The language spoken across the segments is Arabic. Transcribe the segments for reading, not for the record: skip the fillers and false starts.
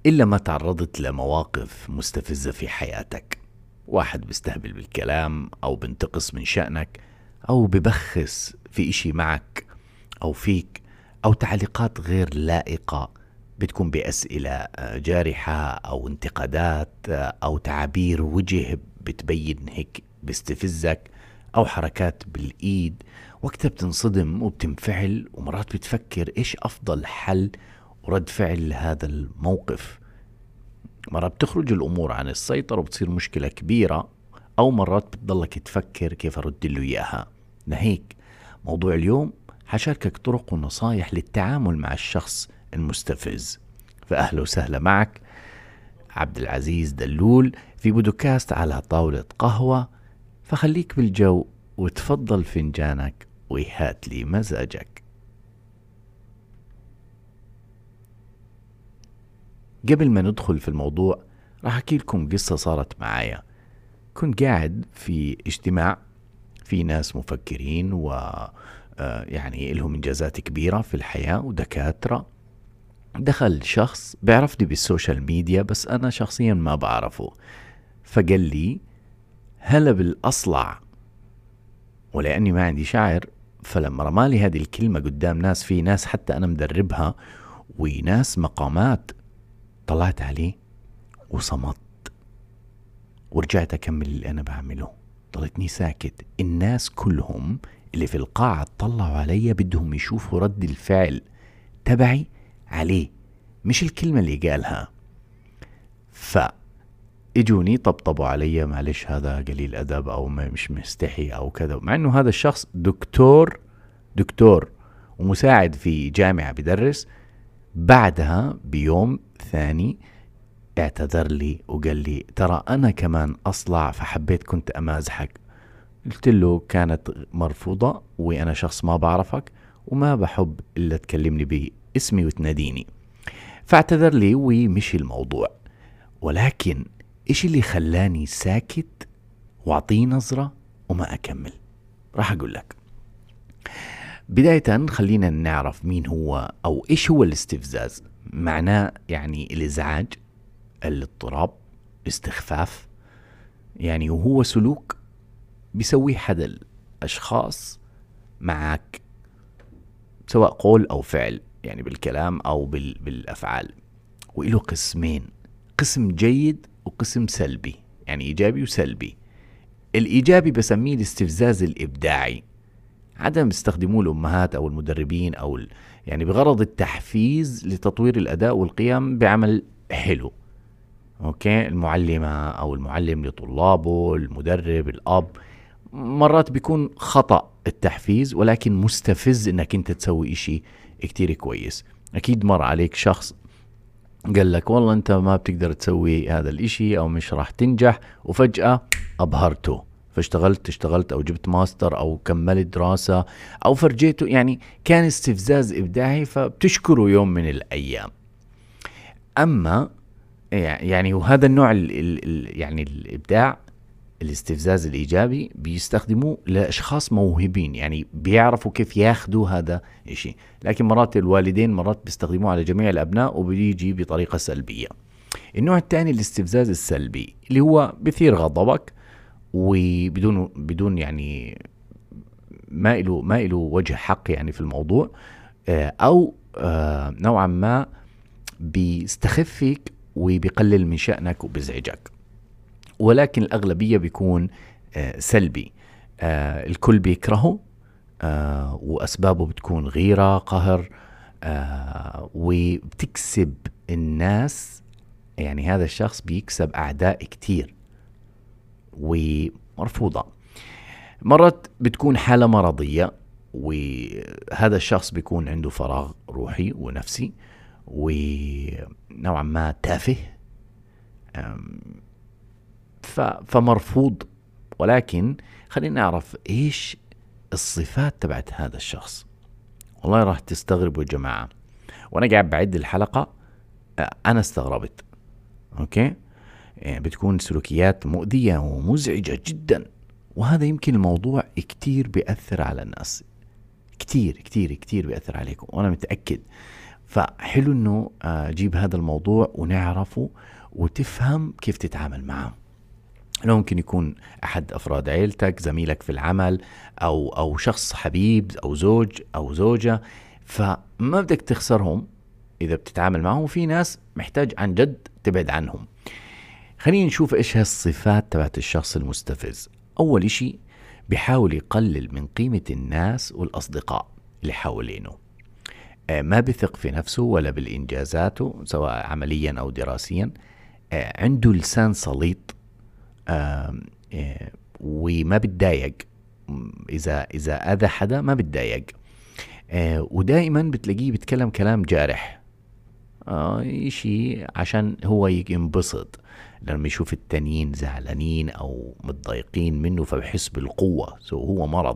إلا ما تعرضت لمواقف مستفزة في حياتك. واحد بيستهبل بالكلام أو بينتقص من شأنك أو ببخس في إشي معك أو فيك، أو تعليقات غير لائقة بتكون بأسئلة جارحة أو انتقادات أو تعابير وجه بتبين هيك بيستفزك، أو حركات بالإيد. وقتها بتنصدم وبتنفعل، ومرات بتفكر إيش أفضل حل ورد فعل لهذا الموقف. مرات بتخرج الأمور عن السيطرة وبتصير مشكلة كبيرة، أو مرات بتضلك تفكر كيف أرد له إياها. لهيك موضوع اليوم حشاركك طرق ونصايح للتعامل مع الشخص المستفز. فأهلا وسهلا معك عبد العزيز دلول في بودكاست على طاولة قهوة. فخليك بالجو وتفضل فنجانك ويهات لي مزاجك. قبل ما ندخل في الموضوع راح أحكي لكم قصة صارت معايا. كنت قاعد في اجتماع في ناس مفكرين و يعني لهم إنجازات كبيرة في الحياة ودكاترة. دخل شخص بيعرفني بالسوشيال ميديا بس أنا شخصيا ما بعرفه، فقال لي هلا بالأصلع. ولأني ما عندي شعر، فلما رمالي هذه الكلمة قدام ناس، في ناس حتى أنا مدربها وناس مقامات، طلعت عليه وصمت ورجعت أكمل اللي أنا بعمله. ضلتني ساكت. الناس كلهم اللي في القاعة طلعوا علي بدهم يشوفوا رد الفعل تبعي عليه، مش الكلمة اللي قالها. فإجوني طبطبوا علي، معلش هذا قليل أدب أو مش مستحي أو كذا، مع أنه هذا الشخص دكتور ومساعد في جامعة بدرس. بعدها بيوم ثاني اعتذر لي وقال لي ترى أنا كمان أصلع، فحبيت كنت أمازحك. قلت له كانت مرفوضة، وأنا شخص ما بعرفك وما بحب إلا تكلمني باسمي وتناديني. فاعتذر لي ومشي الموضوع. ولكن إيش اللي خلاني ساكت وأعطيه نظرة وما أكمل؟ راح أقول لك. بداية خلينا نعرف مين هو أو إيش هو الاستفزاز. معناه يعني الإزعاج، الاضطراب، الاستخفاف. يعني وهو سلوك بيسويه حدا الأشخاص معك، سواء قول أو فعل، يعني بالكلام أو بالأفعال. وإله قسمين: قسم جيد وقسم سلبي، يعني إيجابي وسلبي. الإيجابي بسميه الاستفزاز الإبداعي. عدم استخدموه الأمهات أو المدربين يعني بغرض التحفيز لتطوير الأداء والقيام بعمل حلو. اوكي، المعلمة او المعلم لطلابه، المدرب، الاب. مرات بيكون خطأ التحفيز، ولكن مستفز انك انت تسوي اشي كتير كويس. اكيد مر عليك شخص قال لك والله انت ما بتقدر تسوي هذا الاشي او مش راح تنجح، وفجأة ابهرته، اشتغلت او جبت ماستر او كملت دراسة او فرجيته. يعني كان استفزاز ابداعي، فبتشكره يوم من الايام. اما يعني وهذا النوع يعني الإبداع، الاستفزاز الإيجابي، بيستخدموه لأشخاص موهوبين، يعني بيعرفوا كيف ياخدوا هذا الشيء. لكن مرات الوالدين مرات بيستخدموه على جميع الأبناء وبيجي بطريقة سلبية. النوع الثاني الاستفزاز السلبي، اللي هو بيثير غضبك وبدون يعني ما له وجه حق يعني في الموضوع، أو نوعا ما بيستخف فيك وبيقلل من شأنك وبيزعجك. ولكن الأغلبية بيكون سلبي. الكل بيكرهه، وأسبابه بتكون غيرة، قهر، وبتكسب الناس. يعني هذا الشخص بيكسب أعداء كتير ومرفوضة. مرات بتكون حالة مرضية، وهذا الشخص بيكون عنده فراغ روحي ونفسي ونوعا ما تافه، فمرفوض. ولكن خلينا نعرف ايش الصفات تبعت هذا الشخص. والله راح تستغربوا يا جماعة، وانا قاعد بعد الحلقة انا استغربت. اوكي، يعني بتكون سلوكيات مؤذية ومزعجة جدا، وهذا يمكن الموضوع كتير بيأثر على الناس، كتير كتير كتير بيأثر عليكم وانا متأكد. فحلو انه جيب هذا الموضوع ونعرفه وتفهم كيف تتعامل معه. لو ممكن يكون احد افراد عيلتك، زميلك في العمل، او شخص حبيب او زوج او زوجة، فما بدك تخسرهم اذا بتتعامل معهم. في ناس محتاج عن جد تبعد عنهم. خلينا نشوف ايش هالصفات تبعت الشخص المستفز. اول اشي بيحاول يقلل من قيمة الناس والاصدقاء اللي حوالينه. ما بثق في نفسه ولا بالانجازاته سواء عمليا او دراسيا. عنده لسان سليط، وما بتضايق اذا اذى حدا، ما بتضايق. ودائما بتلاقيه بيتكلم كلام جارح، اشي عشان هو ينبسط لما يشوف التانيين زعلانين او متضايقين منه، فبحس بالقوة. هو مرض.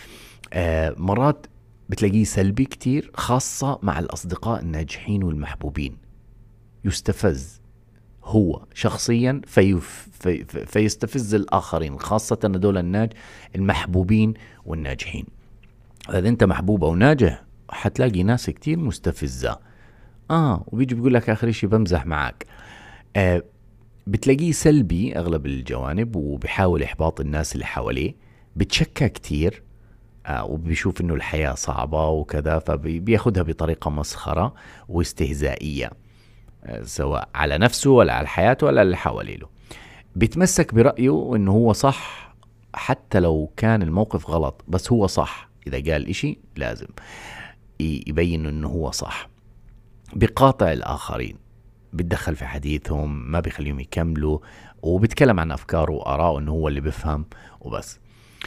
مرات بتلاقيه سلبي كتير، خاصة مع الأصدقاء الناجحين والمحبوبين. يستفز هو شخصيا فيستفز الآخرين، خاصة هذول المحبوبين والناجحين. إذا أنت محبوب أو ناجح حتلاقي ناس كتير مستفزة. وبيجي بيقول لك آخر شيء بمزح معك. بتلاقيه سلبي أغلب الجوانب، وبيحاول إحباط الناس اللي حواليه. بتشكى كتير، وبيشوف إنه الحياة صعبة وكذا، فبياخدها بطريقة مسخرة واستهزائية، سواء على نفسه ولا على حياته ولا اللي حواليه. بيتمسك برأيه إنه هو صح حتى لو كان الموقف غلط، بس هو صح. إذا قال إشي لازم يبين إنه هو صح. بيقاطع الآخرين، بيتدخل في حديثهم، ما بيخليهم يكملوا، وبيتكلم عن أفكاره وآراءه إنه هو اللي بيفهم وبس.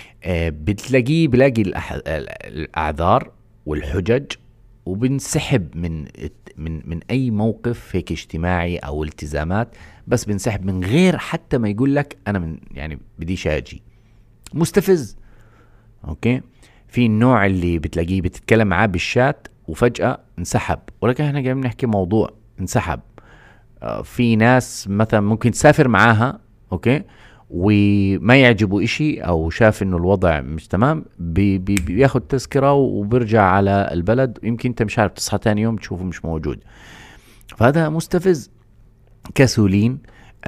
بلاقي الأعذار والحجج، وبنسحب من أي موقف هيك اجتماعي أو التزامات، بس بنسحب من غير حتى ما يقول لك أنا بديش أجي. مستفز. أوكي. في النوع اللي بتلاقيه بتتكلم معاه بالشات وفجأة انسحب، ولكن احنا قاعدين نحكي موضوع، انسحب. في ناس مثلا ممكن تسافر معاها، اوكي، وما يعجبه اشي او شاف انه الوضع مش تمام، بياخد تذكرة وبيرجع على البلد، يمكن انت مش عارف تصحى تاني يوم تشوفه مش موجود. فهذا مستفز. كسولين.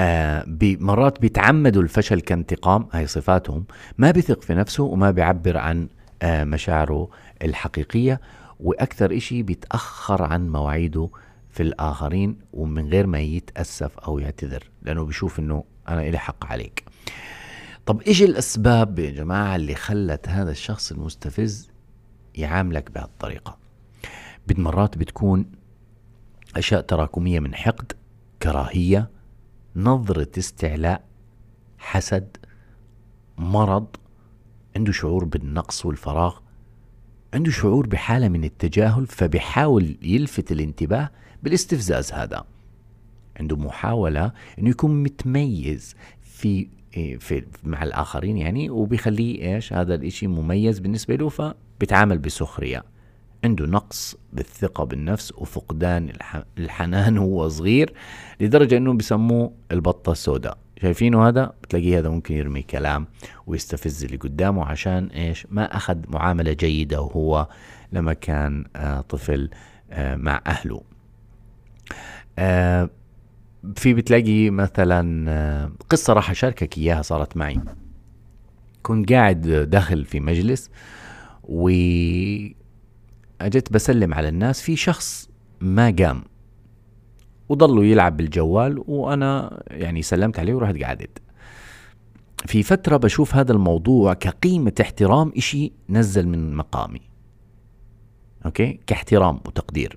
مرات بيتعمدوا الفشل كانتقام، هاي صفاتهم. ما بيثق في نفسه وما بيعبر عن مشاعره الحقيقية. واكثر اشي بيتأخر عن مواعيده في الآخرين، ومن غير ما يتأسف أو يعتذر، لأنه بيشوف أنه أنا إلي حق عليك. طب إيش الأسباب يا جماعة اللي خلت هذا الشخص المستفز يعاملك بهالطريقة؟ مرات بتكون أشياء تراكمية من حقد، كراهية، نظرة استعلاء، حسد، مرض، عنده شعور بالنقص والفراغ، عنده شعور بحالة من التجاهل، فبيحاول يلفت الانتباه بالاستفزاز. هذا عنده محاولة انه يكون متميز في مع الآخرين يعني، وبيخليه ايش هذا الاشي مميز بالنسبة له، فبيتعامل بسخرية. عنده نقص بالثقة بالنفس وفقدان الحنان وهو صغير، لدرجة انه بيسموه البطة السوداء. شايفينه هذا؟ بتلاقيه هذا ممكن يرمي كلام ويستفز اللي قدامه عشان ايش؟ ما اخذ معاملة جيدة وهو لما كان طفل مع اهله. في بتلاقي مثلا قصة راح اشاركك اياها صارت معي. كنت قاعد داخل في مجلس، واجت بسلم على الناس، في شخص ما قام وضلوا يلعب بالجوال، وانا يعني سلمت عليه ورحت قعدت. في فترة بشوف هذا الموضوع كقيمة احترام، اشي نزل من مقامي، اوكي، كاحترام وتقدير.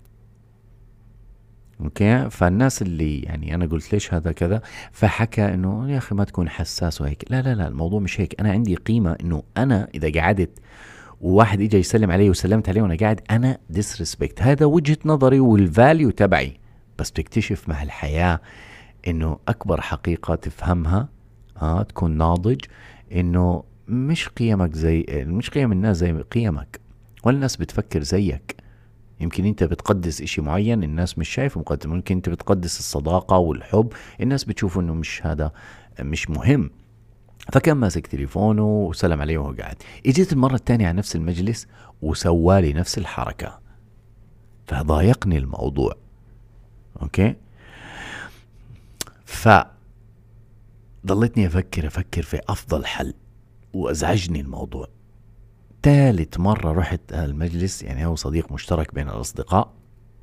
اوكي. فالناس اللي يعني انا قلت ليش هذا كذا، فحكى انه يا اخي ما تكون حساس وهيك. لا لا لا، الموضوع مش هيك. انا عندي قيمة، انه انا اذا قعدت وواحد اجى يسلم علي وسلمت عليه وانا قاعد، انا ديسريسبكت. هذا وجهة نظري والفاليو تبعي. بس بتكتشف مع الحياة انه اكبر حقيقة تفهمها، تكون ناضج، انه مش قيمك مش قيم الناس زي قيمك، ولا الناس بتفكر زيك. يمكن انت بتقدس اشي معين الناس مش شايفه مقدس، ممكن انت بتقدس الصداقة والحب، الناس بتشوفه انه مش هذا مش مهم. فكان ماسك تليفونه وسلم عليه وهو قاعد. اجيت المرة الثانية على نفس المجلس وسوالي نفس الحركة. فضايقني الموضوع. اوكي، ضليتني افكر في افضل حل، وازعجني الموضوع. ثالث مرة رحت المجلس، يعني هو صديق مشترك بين الاصدقاء،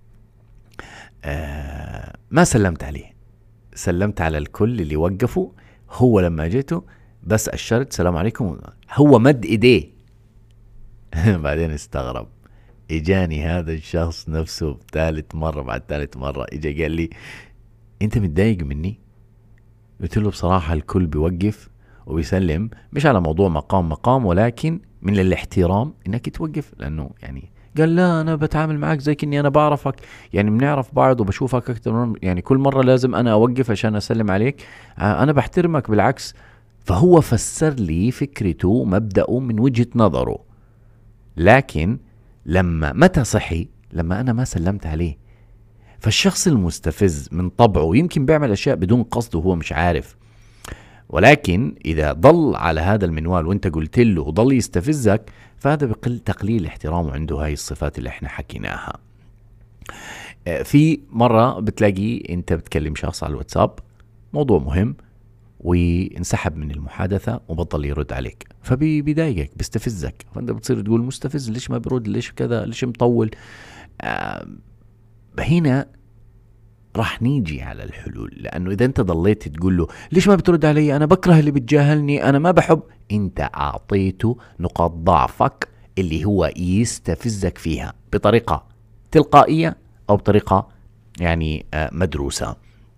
ما سلمت عليه، سلمت على الكل اللي وقفوا. هو لما جيته بس اشرت سلام عليكم، هو مد ايديه. بعدين استغرب، اجاني هذا الشخص نفسه ثالث مرة، بعد ثالث مرة اجا قال لي انت متضايق مني؟ قلت له بصراحة الكل بيوقف وبيسلم، مش على موضوع مقام، ولكن من الاحترام انك توقف، لانه يعني قال لا انا بتعامل معك زي كني انا بعرفك، يعني بنعرف بعض وبشوفك اكتر من يعني كل مرة لازم انا اوقف عشان اسلم عليك، انا بحترمك بالعكس. فهو فسر لي فكرته مبدأه من وجهة نظره، لكن متى صحي؟ لما انا ما سلمت عليه. فالشخص المستفز من طبعه يمكن بيعمل اشياء بدون قصد وهو مش عارف، ولكن اذا ضل على هذا المنوال وانت قلت له وضل يستفزك، فهذا بقل تقليل احترامه عنده هاي الصفات اللي احنا حكيناها. في مرة بتلاقي انت بتكلم شخص على الواتساب موضوع مهم، وانسحب من المحادثة وبطل يرد عليك، فبيضايقك بيستفزك، فانت بتصير تقول مستفز، ليش ما برد، ليش كذا، ليش مطول. هنا راح نيجي على الحلول، لأنه إذا أنت ضليت تقول له ليش ما بترد علي، أنا بكره اللي بتجاهلني، أنا ما بحب، أنت أعطيته نقاط ضعفك اللي هو يستفزك فيها بطريقة تلقائية أو بطريقة يعني مدروسة.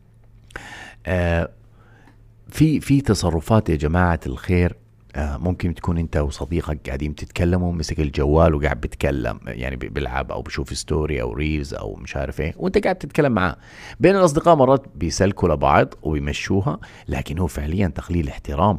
في تصرفات يا جماعة الخير، ممكن تكون انت وصديقك قاعدين تتكلموا، مسك الجوال وقاعد بيتكلم، يعني بيلعب او بشوف ستوري او ريلز او مش عارف ايه، وانت قاعد تتكلم معاه. بين الاصدقاء مرات بيسلكوا لبعض وبيمشوها، لكن هو فعليا تقليل احترام.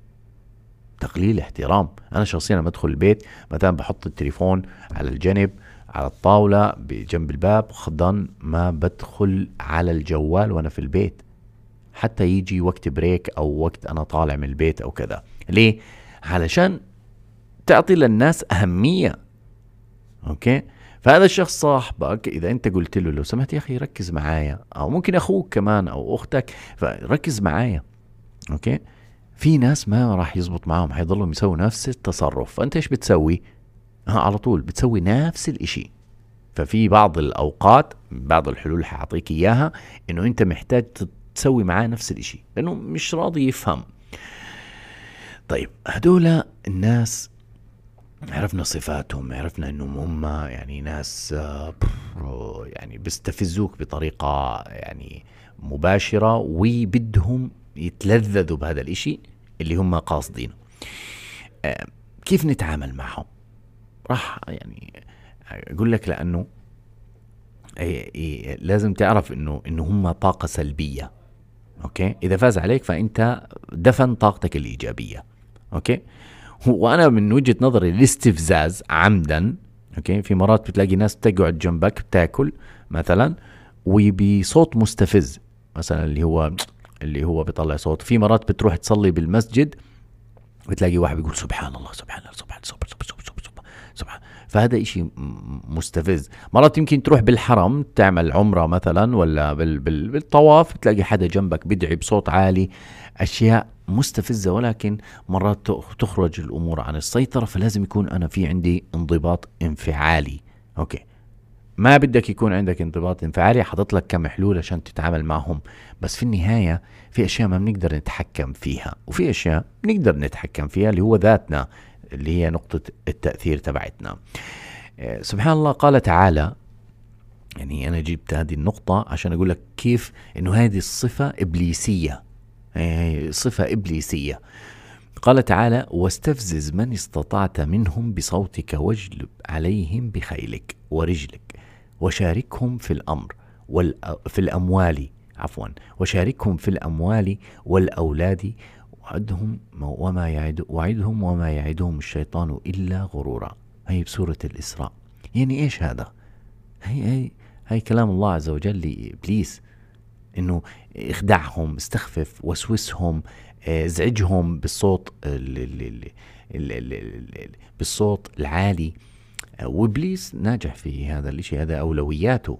انا شخصيا لما ادخل البيت مثلا بحط التليفون على الجنب على الطاولة بجنب الباب، خضن ما بدخل على الجوال وانا في البيت، حتى يجي وقت بريك او وقت انا طالع من البيت او كذا. ليه؟ علشان تعطي للناس اهمية. اوكي، فهذا الشخص صاحبك اذا انت قلت له لو سمحت يا اخي ركز معايا، او ممكن اخوك كمان او اختك، فركز معايا. اوكي، في ناس ما راح يزبط معاهم، حيضلوا يسووا نفس التصرف، فانت ايش بتسوي؟ على طول بتسوي نفس الاشي. ففي بعض الاوقات بعض الحلول اللي حاعطيك اياها انه انت محتاج تسوي معاه نفس الاشي، لانه مش راضي يفهم. طيب هدول الناس عرفنا صفاتهم، عرفنا انهم هم يعني ناس يعني بيستفزوك بطريقة يعني مباشرة، وبدهم يتلذذوا بهذا الاشي اللي هم قاصدينه. كيف نتعامل معهم؟ راح يعني اقول لك، لانه لازم تعرف انه هم طاقة سلبية. اوكي، اذا فاز عليك فانت دفن طاقتك الايجابية. اوكي، وانا من وجهة نظري الاستفزاز عمدا، اوكي، في مرات بتلاقي ناس تقعد جنبك بتاكل مثلا وبصوت مستفز، مثلا اللي هو بيطلع صوت. في مرات بتروح تصلي بالمسجد بتلاقي واحد بيقول سبحان الله سبحان الله سبحان سبحان، فهذا اشي مستفز. مرات يمكن تروح بالحرم تعمل عمرة مثلا ولا بالطواف، بتلاقي حدا جنبك بيدعي بصوت عالي، اشياء مستفزة، ولكن مرات تخرج الامور عن السيطرة، فلازم يكون انا في عندي انضباط انفعالي. اوكي، ما بدك يكون عندك انضباط انفعالي، حاطط لك كم حلول عشان تتعامل معهم، بس في النهاية في اشياء ما بنقدر نتحكم فيها، وفي اشياء بنقدر نتحكم فيها اللي هو ذاتنا، اللي هي نقطة التأثير تبعتنا. سبحان الله، قال تعالى، يعني أنا جبت هذه النقطة عشان أقول لك كيف إنه هذه الصفة إبليسية، صفة إبليسية. قال تعالى: واستفزز من استطعت منهم بصوتك واجلب عليهم بخيلك ورجلك وشاركهم في الأمر في الأموال وشاركهم في الأموال والأولاد وعدهم وما يعدهم الشيطان إلا غرورا. هي بسورة الإسراء. يعني إيش هذا؟ هي كلام الله عز وجل لإبليس، إنه اخدعهم، استخفف، وسوسهم، ازعجهم بالصوت بالصوت العالي، وإبليس ناجح في هذا الشيء، هذا أولوياته.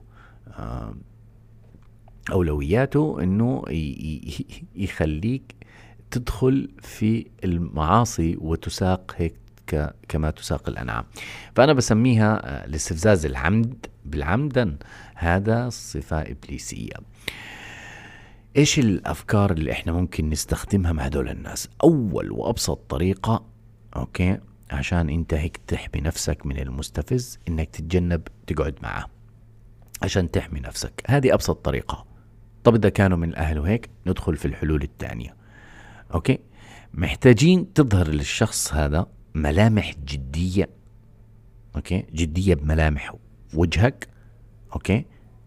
أولوياته أنه يخليك تدخل في المعاصي وتساق هيك كما تساق الأنعام. فأنا بسميها الاستفزاز بالعمدا، هذا صفة إبليسية. إيش الأفكار اللي إحنا ممكن نستخدمها مع هدول الناس؟ أول وأبسط طريقة أوكي عشان أنت هيك تحمي نفسك من المستفز، إنك تتجنب تقعد معه عشان تحمي نفسك. هذه أبسط طريقة. طب إذا كانوا من الأهل وهيك، ندخل في الحلول الثانية. أوكي، محتاجين تظهر للشخص هذا ملامح جدية. أوكي، جدية بملامح وجهك، أوكي،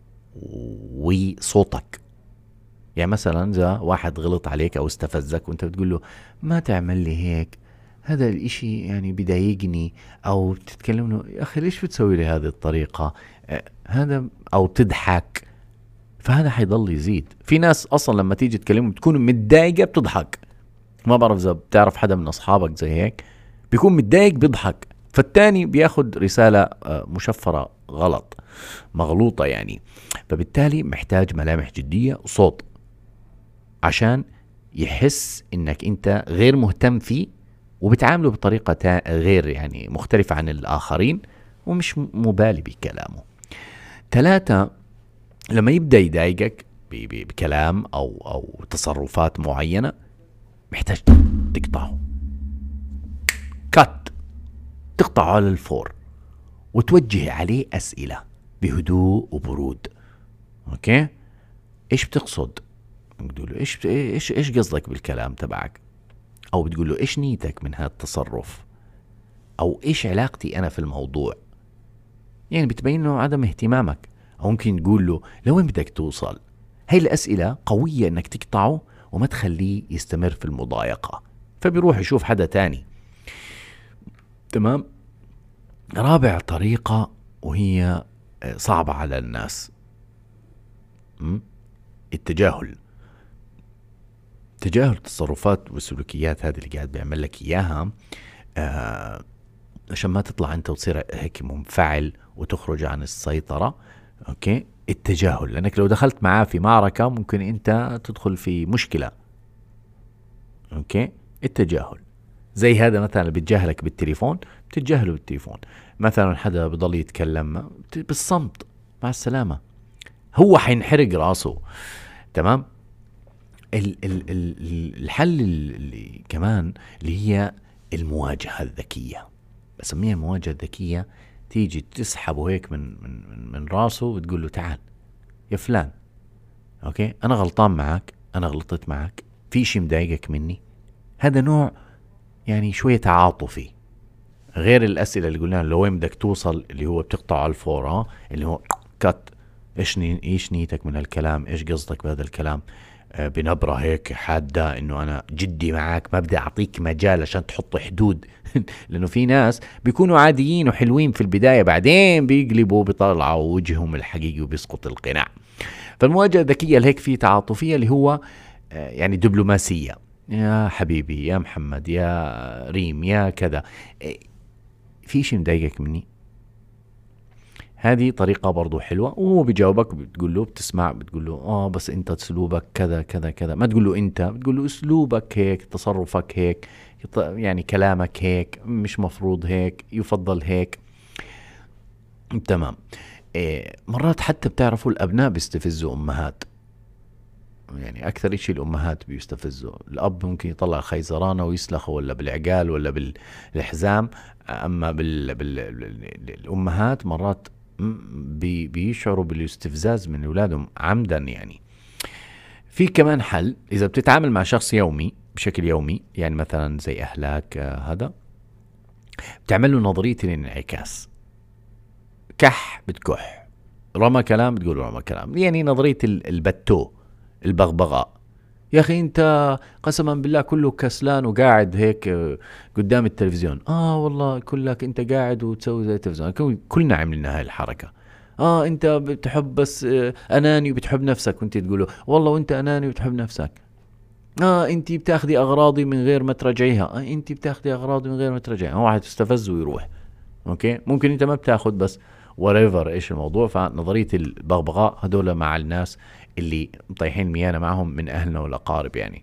وصوتك. يعني مثلا إذا واحد غلط عليك أو استفزك وأنت بتقول له ما تعمل لي هيك، هذا الإشي يعني بضايقني، أو تتكلم له يا أخي ليش بتسوي لي هذه الطريقة، هذا، أو تضحك، فهذا حيضل يزيد. في ناس أصلا لما تيجي تكلمهم بتكون متضايقة بتضحك. ما بعرف إذا بتعرف حدا من أصحابك زي هيك، بيكون متضايق بيضحك، فالتاني بياخد رسالة مشفرة غلط، مغلوطة يعني. فبالتالي محتاج ملامح جدية وصوت عشان يحس انك انت غير مهتم فيه، وبتعامله بطريقة غير يعني مختلفة عن الآخرين، ومش مبالي بكلامه. 3، لما يبدأ يضايقك بكلام أو تصرفات معينة، محتاج تقطعه، تقطعه على الفور، وتوجه عليه أسئلة بهدوء وبرود. أوكي، إيش بتقصد؟ بتقول له إيش قصدك بالكلام تبعك، أو بتقول له إيش نيتك من هذا التصرف، أو إيش علاقتي أنا في الموضوع. يعني بتبين له عدم اهتمامك. أو ممكن تقول له لوين بدك توصل. هاي الأسئلة قوية إنك تقطعه وما تخليه يستمر في المضايقة، فبيروح يشوف حدا تاني. تمام. 4 طريقة، وهي صعبة على الناس، التجاهل. تجاهل التصرفات والسلوكيات هذه اللي قاعد بيعمل لك إياها، عشان ما تطلع أنت وتصير هيك منفعل وتخرج عن السيطرة. أوكي، التجاهل، لأنك لو دخلت معاه في معركة ممكن أنت تدخل في مشكلة. أوكي، التجاهل زي هذا مثلا اللي بيتجاهلك بالتليفون، بتتجاهله بالتليفون. مثلا حدا بضل يتكلم بالصمت، مع السلامة، هو حينحرق راسه. تمام. الحل اللي كمان اللي هي المواجهة الذكية، بسميها المواجهة الذكية. تيجي تسحبه هيك من راسه وتقول له تعال يا فلان، اوكي انا غلطان معك، انا غلطت معك، في شيء مضايقك مني. هذا نوع يعني شوية تعاطفي، غير الأسئلة اللي قلناها لو وين بدك توصل، اللي هو بتقطع على الفور، اللي هو كات، ايش نيتك من هالكلام، ايش قصدك بهذا الكلام، بنبرة هيك حادة انه انا جدي معاك، ما بدي اعطيك مجال عشان تحط حدود. لانه في ناس بيكونوا عاديين وحلوين في البداية، بعدين بيقلبوا بيطلعوا وجههم الحقيقي وبيسقط القناع. فالمواجهة الذكية اللي هيك في تعاطفية، اللي هو يعني دبلوماسية، يا حبيبي يا محمد يا ريم يا كذا، في شيء مضايقك مني. هذه طريقة برضو حلوة. وهو بيجاوبك، بتقول له بتسمع، بتقول له بس انت اسلوبك كذا كذا كذا. ما تقول له انت، بتقول له اسلوبك هيك، تصرفك هيك، يعني كلامك هيك، مش مفروض هيك، يفضل هيك. تمام. مرات حتى بتعرفوا الابناء بيستفزوا امهات، يعني اكثر اشي الامهات بيستفزوا. الاب ممكن يطلع خيزرانه ويسلخه ولا بالعقال ولا بالحزام، اما الامهات مرات بيشعروا بالاستفزاز من اولادهم عمدا. يعني في كمان حل، اذا بتتعامل مع شخص يومي بشكل يومي، يعني مثلا زي اهلك، هذا بتعمل له نظريه الانعكاس. كح بتكح، رمى كلام بتقول رمى كلام، يعني نظريه البتو، البغبغاء. يا أخي أنت قسما بالله كله كسلان وقاعد هيك قدام التلفزيون. والله كلك أنت قاعد وتسوي زي التلفزيون. كلنا عملنا هاي الحركة. أنت بتحب بس أناني وبتحب نفسك، وأنت تقوله والله وأنت أناني وبتحب نفسك. أنت بتاخدي أغراضي من غير ما ترجعيها. أنت بتاخدي أغراضي من غير ما ترجعيها. واحد يستفز ويروح. اوكي، ممكن انت ما بتاخد بس whatever ايش الموضوع. فنظرية البغبغاء هدول مع الناس اللي مطيحين ميانا معهم من اهلنا والاقارب يعني.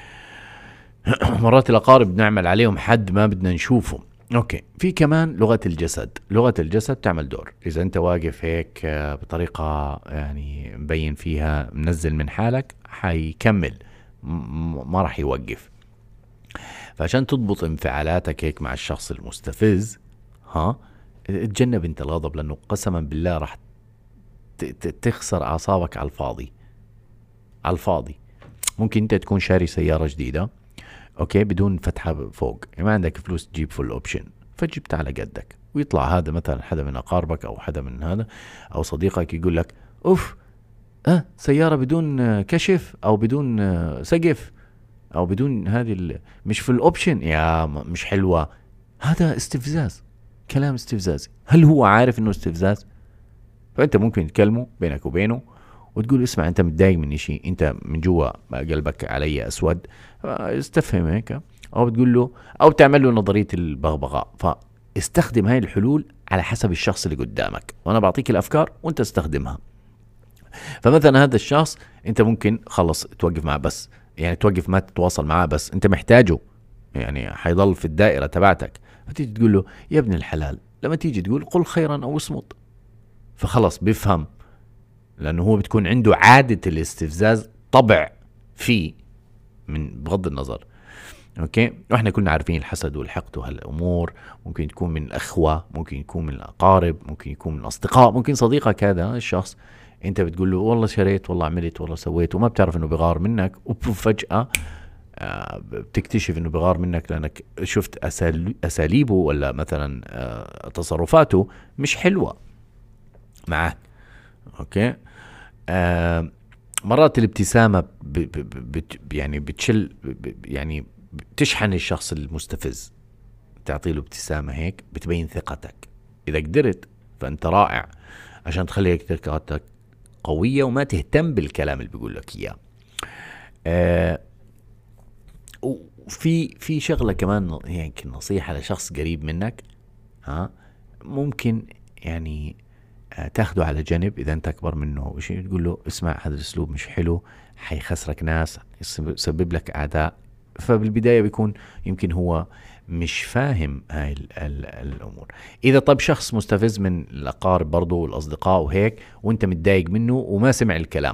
مرات الاقارب بنعمل عليهم حد ما بدنا نشوفهم. اوكي، في كمان لغة الجسد. لغة الجسد تعمل دور. اذا انت واقف هيك بطريقة يعني مبين فيها منزل من حالك، حيكمل ما راح يوقف. فعشان تضبط انفعالاتك هيك مع الشخص المستفز، اتجنب انت الغضب، لانه قسما بالله راح تخسر اعصابك على الفاضي، على الفاضي. ممكن انت تكون شاري سيارة جديدة، اوكي، بدون فتحة فوق، يعني ما عندك فلوس تجيب فول اوبشن، فجبت على قدك، ويطلع هذا مثلا حدا من اقاربك او حدا من هذا او صديقك يقول لك اوف، سيارة بدون كشف او بدون سقف او بدون هذه مش في الاوبشن، يا مش حلوة. هذا استفزاز، كلام استفزازي. هل هو عارف انه استفزاز؟ فانت ممكن تكلمه بينك وبينه وتقول اسمع، انت متضايق من شيء، انت من جوا قلبك علي اسود، استفهم هيك. او بتقول له، او بتعمل له نظرية البغبغاء. فاستخدم هاي الحلول على حسب الشخص اللي قدامك، وانا بعطيك الافكار وانت استخدمها. فمثلا هذا الشخص انت ممكن خلص توقف معه، بس يعني توقف ما تتواصل معاه، بس انت محتاجه، يعني حيضل في الدائرة تبعتك. فتيجي تقول له يا ابن الحلال، لما تيجي تقول قل خيرا او اصمت، فخلص بيفهم، لانه هو بتكون عنده عادة الاستفزاز طبع فيه، من بغض النظر. اوكي، واحنا كلنا عارفين الحسد والحقد وهالامور. ممكن تكون من الاخوة، ممكن يكون من الاقارب، ممكن يكون من الاصدقاء، ممكن صديقك هذا الشخص انت بتقول له والله شريت، والله عملت، والله سويت، وما بتعرف انه بغار منك، وفجأة بتكتشف انه بغار منك لانك شفت اساليبه ولا مثلا تصرفاته مش حلوة معك. اوكي، مرات الابتسامة يعني بتشل، يعني بتشحن الشخص المستفز. تعطي له ابتسامة هيك بتبين ثقتك، إذا قدرت فأنت رائع، عشان تخلي ثقتك قوية وما تهتم بالكلام اللي بيقول لك إياه. وفي شغلة كمان هيك نصيحة لشخص قريب منك، ممكن يعني تاخده على جنب إذا أنت أكبر منه شيء، تقول له اسمع، هذا الأسلوب مش حلو، حيخسرك ناس، يسبب لك أعداء. فبالبداية بيكون يمكن هو مش فاهم هاي الأمور. إذا طب شخص مستفز من الأقارب برضو والأصدقاء وهيك، وأنت متضايق منه وما سمع الكلام،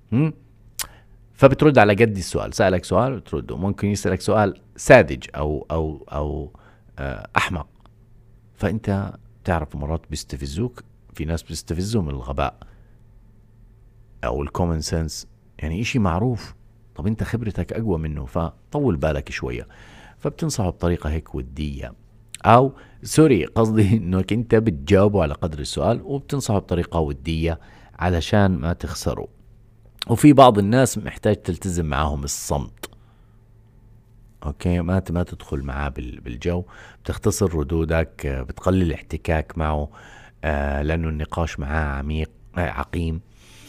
فبترد على قد السؤال. سألك سؤال بترده، ممكن يسألك سؤال ساذج أو أحمق، فأنت تعرف مرات بيستفزوك. في ناس بيستفزوا من الغباء او الكومن سنس، يعني اشي معروف، طب انت خبرتك اقوى منه، فطول بالك شوية. فبتنصحه بطريقة هيك ودية، او سوري قصدي انك انت بتجاوبه على قدر السؤال، وبتنصحه بطريقة ودية علشان ما تخسره. وفي بعض الناس محتاج تلتزم معاهم الصمت، اوكي، ما تدخل معاه بالجو، بتختصر ردودك، بتقلل الاحتكاك معه، لأنه النقاش معاه عميق عقيم.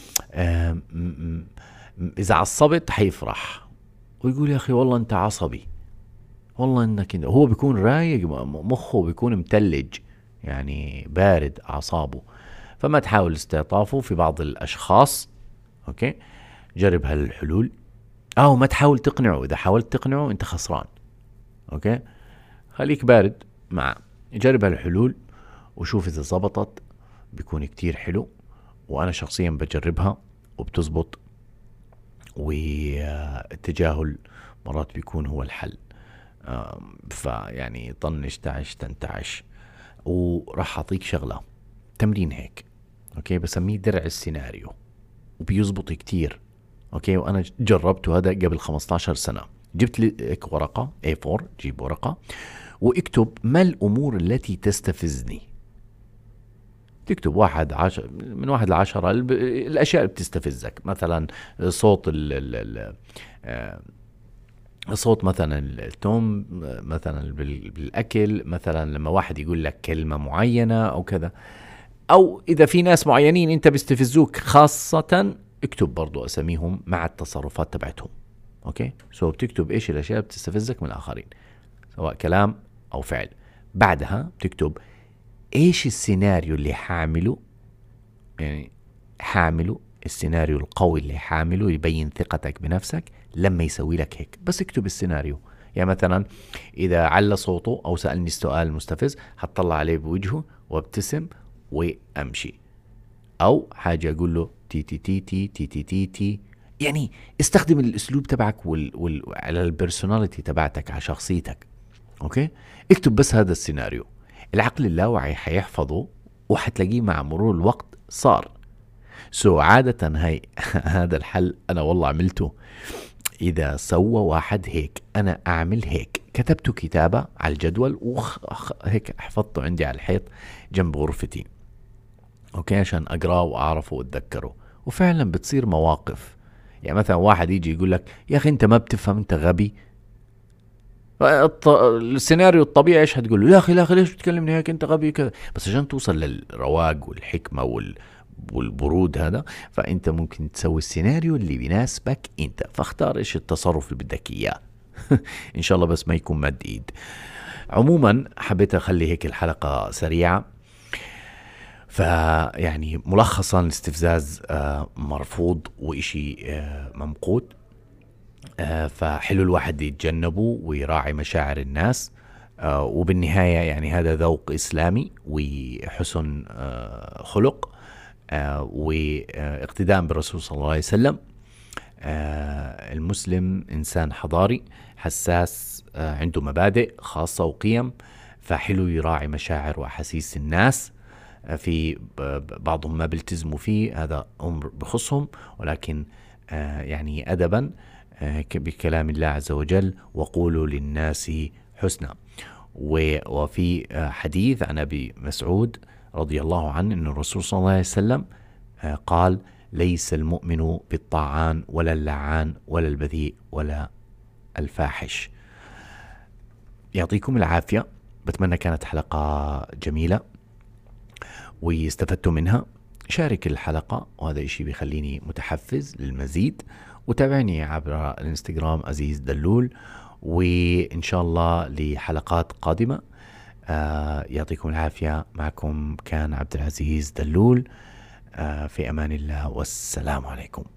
إذا عصبت حيفرح ويقول يا أخي والله أنت عصبي، والله إنك انت. هو بيكون رايق، مخه بيكون متلج، يعني بارد أعصابه. فما تحاول استعطافه في بعض الأشخاص. أوكي، جرب هالحلول، أو ما تحاول تقنعه. إذا حاولت تقنعه أنت خسران. أوكي، خليك بارد معه، جرب هالحلول وشوف إذا زبطت، بيكون كتير حلو. وأنا شخصيا بجربها وبتزبط، والتجاهل مرات بيكون هو الحل. فيعني طنش تعش تنتعش. وراح أعطيك شغلة، تمرين هيك، أوكي، بسميه درع السيناريو، وبيزبط كتير. أوكي، وأنا جربته هذا قبل 15 سنة. جبت لك ورقة A4، جيب ورقة واكتب ما الأمور التي تستفزني. تكتب من 1 ل10 الأشياء اللي بتستفزك. مثلا صوت صوت مثلا التوم مثلا بالأكل، مثلا لما واحد يقول لك كلمة معينة أو كذا، أو إذا في ناس معينين أنت بيستفزوك خاصة، اكتب برضو أساميهم مع التصرفات تبعتهم. أوكي، بتكتب إيش الأشياء بتستفزك من الآخرين، سواء كلام أو فعل. بعدها بتكتب ايش السيناريو اللي حاعمله، يعني حاعمله السيناريو القوي اللي حاعمله يبين ثقتك بنفسك لما يسوي لك هيك. بس اكتب السيناريو. يعني مثلا اذا على صوته او سألني سؤال مستفز، هتطلع عليه بوجهه وابتسم وامشي. او حاجة اقول له تي تي تي تي تي تي تي تي. يعني استخدم الاسلوب تبعك على البرسوناليتي تبعتك، على شخصيتك. اوكي، اكتب بس هذا السيناريو، العقل اللاواعي حيحفظه وحتلاقيه مع مرور الوقت صار. عادة هاي هذا الحل انا والله عملته. اذا سوى واحد هيك انا اعمل هيك، كتبته كتابة على الجدول هيك حفظته عندي على الحيط جنب غرفتي، اوكي، عشان اقراه واعرفه واتذكره. وفعلا بتصير مواقف. يعني مثلا واحد يجي يقول لك يا اخي انت ما بتفهم، انت غبي. السيناريو الطبيعي ايش هتقول له؟ يا اخي لا اخي ليش بتكلمني هيك، انت غبي كذا. بس عشان توصل للرواق والحكمة والبرود هذا، فانت ممكن تسوي السيناريو اللي بيناسبك انت. فاختار ايش التصرف اللي بدك اياه. ان شاء الله بس ما يكون مد ايد. عموما حبيت اخلي هيك الحلقة سريعة. فيعني ملخصا الاستفزاز مرفوض وإشي ممقوت. فحلو الواحد يتجنبه ويراعي مشاعر الناس. وبالنهاية يعني هذا ذوق إسلامي وحسن خلق، واقتداء بالرسول صلى الله عليه وسلم. المسلم إنسان حضاري حساس، عنده مبادئ خاصة وقيم، فحلو يراعي مشاعر وأحاسيس الناس. في بعضهم ما بيلتزموا فيه، هذا أمر بخصهم، ولكن يعني أدبا بكلام الله عز وجل وقولوا للناس حسنا. وفي حديث عن أبي مسعود رضي الله عنه أن الرسول صلى الله عليه وسلم قال ليس المؤمن بالطاعان ولا اللعان ولا البذيء ولا الفاحش. يعطيكم العافية، بتمنى كانت حلقة جميلة واستفدتوا منها. شارك الحلقة وهذا إشي بيخليني متحفز للمزيد. وتابعني عبر الانستغرام عزيز دلول، وإن شاء الله لحلقات قادمة. يعطيكم العافية. معكم كان عبد العزيز دلول. في أمان الله والسلام عليكم.